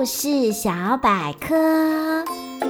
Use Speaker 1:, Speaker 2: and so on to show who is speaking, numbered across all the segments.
Speaker 1: 故事小百科。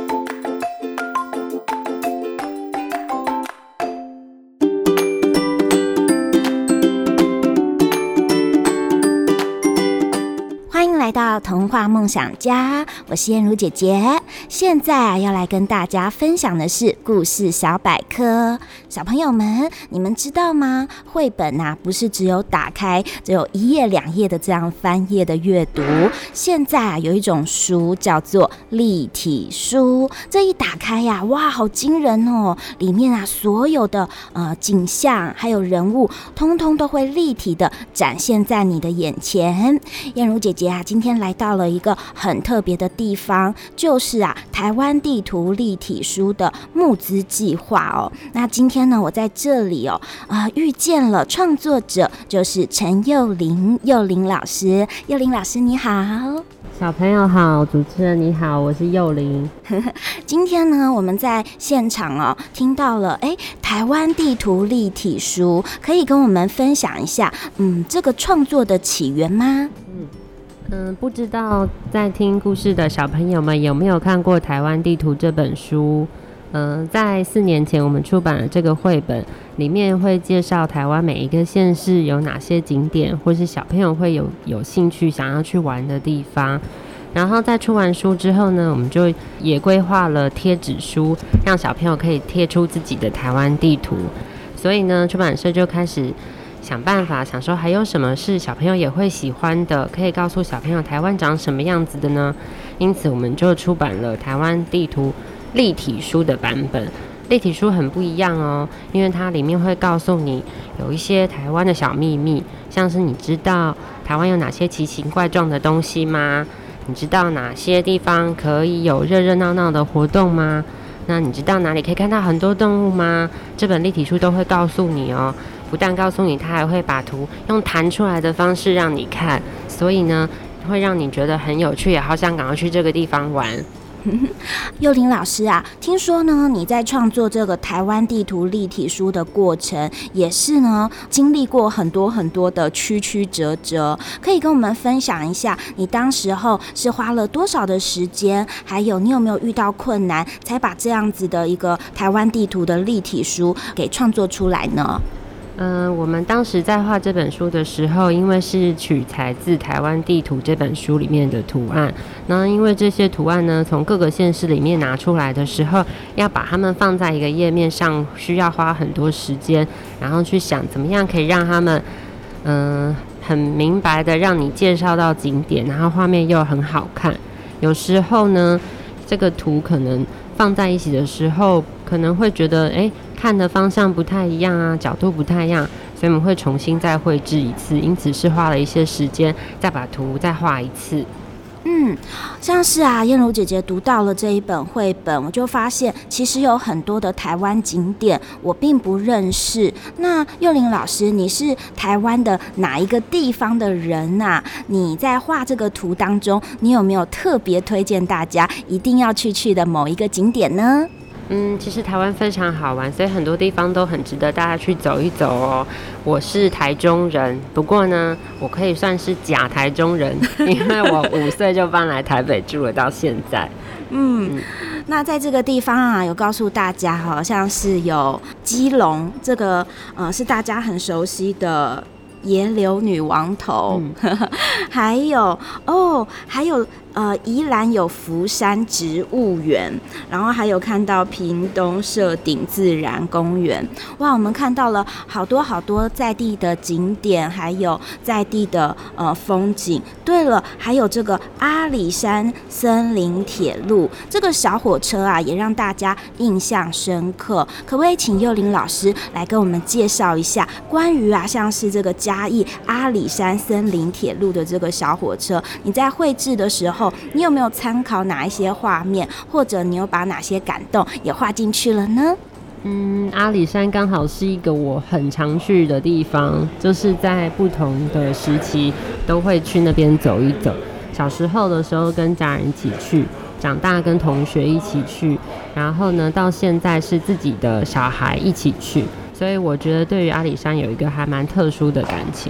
Speaker 1: 欢迎来到童话梦想家，我是燕如姐姐。现在要来跟大家分享的是故事小百科。小朋友们，你们知道吗？绘本不是只有打开只有1页2页的这样翻页的阅读，现在有一种书叫做立体书。这一打开哇，好惊人哦！里面所有的景象还有人物，通通都会立体的展现在你的眼前。燕如姐姐今天来到了一个很特别的地方，就是台湾地图立体书的募资计划哦。那今天呢，我在这里遇见了创作者，就是陈幼玲老师。幼玲老师你好。
Speaker 2: 小朋友好，主持人你好，我是幼玲。
Speaker 1: 今天呢，我们在现场听到了台湾地图立体书，可以跟我们分享一下这个创作的起源吗？
Speaker 2: 不知道在听故事的小朋友们有没有看过《台湾地图》这本书？在4年前我们出版了这个绘本，里面会介绍台湾每一个县市有哪些景点，或是小朋友会有兴趣想要去玩的地方。然后在出完书之后呢，我们就也规划了贴纸书，让小朋友可以贴出自己的台湾地图。所以呢，出版社就开始想办法，想说还有什么是小朋友也会喜欢的，可以告诉小朋友台湾长什么样子的呢？因此我们就出版了台湾地图立体书的版本。立体书很不一样哦，因为它里面会告诉你有一些台湾的小秘密，像是你知道台湾有哪些奇形怪状的东西吗？你知道哪些地方可以有热热闹闹的活动吗？那你知道哪里可以看到很多动物吗？这本立体书都会告诉你哦。不但告诉你，它还会把图用弹出来的方式让你看，所以呢，会让你觉得很有趣，也好想赶快去这个地方玩。
Speaker 1: 幼玲老师听说呢，你在创作这个台湾地图立体书的过程，也是呢经历过很多很多的曲曲折折，可以跟我们分享一下，你当时候是花了多少的时间，还有你有没有遇到困难，才把这样子的一个台湾地图的立体书给创作出来呢？
Speaker 2: 我们当时在画这本书的时候，因为是取材自台湾地图这本书里面的图案，那因为这些图案呢，从各个县市里面拿出来的时候，要把它们放在一个页面上，需要花很多时间，然后去想怎么样可以让他们很明白的让你介绍到景点，然后画面又很好看。有时候呢，这个图可能放在一起的时候，可能会觉得看的方向不太一样角度不太一样，所以我们会重新再绘制一次，因此是花了一些时间再把图再画一次。
Speaker 1: 像是燕如姐姐读到了这一本绘本，我就发现其实有很多的台湾景点我并不认识。那幼玲老师，你是台湾的哪一个地方的人你在画这个图当中，你有没有特别推荐大家一定要去的某一个景点呢？
Speaker 2: 其实台湾非常好玩，所以很多地方都很值得大家去走一走哦。我是台中人，不过呢，我可以算是假台中人，因为我5岁就搬来台北住了，到现在。
Speaker 1: 那在这个地方有告诉大家，好像是有基隆，这个是大家很熟悉的野柳女王头，还有宜兰有福山植物园，然后还有看到屏东社顶自然公园。哇，我们看到了好多好多在地的景点，还有在地的风景。对了，还有这个阿里山森林铁路，这个小火车也让大家印象深刻。可不可以请幼玲老师来跟我们介绍一下关于像是这个嘉义阿里山森林铁路的这个小火车，你在绘制的时候，你有没有参考哪一些画面，或者你有把哪些感动也画进去了呢？
Speaker 2: 阿里山刚好是一个我很常去的地方，就是在不同的时期都会去那边走一走。小时候的时候跟家人一起去，长大跟同学一起去，然后呢到现在是自己的小孩一起去，所以我觉得对于阿里山有一个还蛮特殊的感情。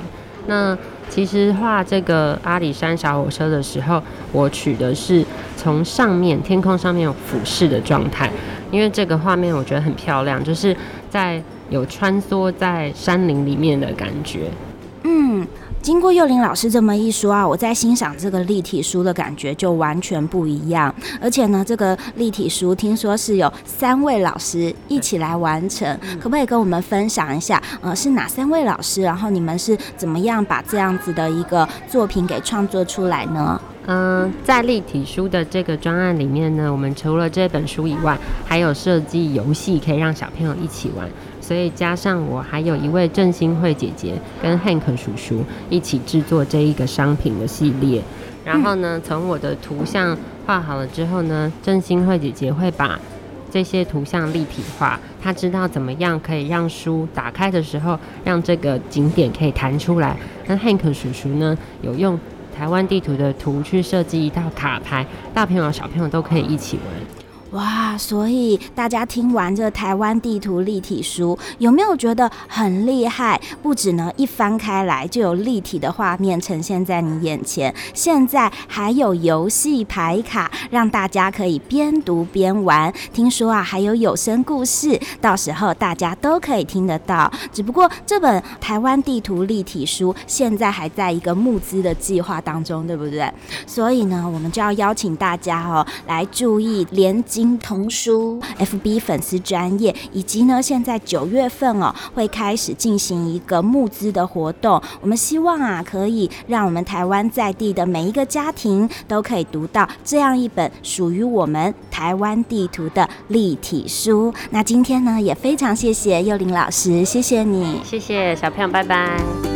Speaker 2: 那其实画这个阿里山小火车的时候，我取的是从上面天空上面有俯视的状态，因为这个画面我觉得很漂亮，就是在有穿梭在山林里面的感觉。
Speaker 1: 经过幼玲老师这么一说啊，我在欣赏这个立体书的感觉就完全不一样。而且呢，这个立体书听说是有3位老师一起来完成，可不可以跟我们分享一下？是哪3位老师？然后你们是怎么样把这样子的一个作品给创作出来呢？
Speaker 2: 在立体书的这个专案里面呢，我们除了这本书以外，还有设计游戏可以让小朋友一起玩，所以加上我还有一位郑欣慧姐姐跟 Hank 叔叔一起制作这一个商品的系列。然后呢，从我的图像画好了之后呢，郑欣慧姐姐会把这些图像立体化，她知道怎么样可以让书打开的时候，让这个景点可以弹出来。那 Hank 叔叔呢，有用台湾地图的图去设计一套卡牌，大朋友小朋友都可以一起玩。
Speaker 1: 哇，所以大家听完这台湾地图立体书，有没有觉得很厉害？不止呢，一翻开来就有立体的画面呈现在你眼前，现在还有游戏牌卡，让大家可以边读边玩。听说啊，还有有声故事，到时候大家都可以听得到。只不过这本台湾地图立体书现在还在一个募资的计划当中，对不对？所以呢，我们就要邀请大家来注意联经童书 FB 粉丝专页，以及呢现在9月份会开始进行一个募资的活动。我们希望啊，可以让我们台湾在地的每一个家庭都可以读到这样一本属于我们台湾地图的立体书。那今天呢，也非常谢谢幼玲老师，谢谢你，
Speaker 2: 谢谢小朋友，拜拜。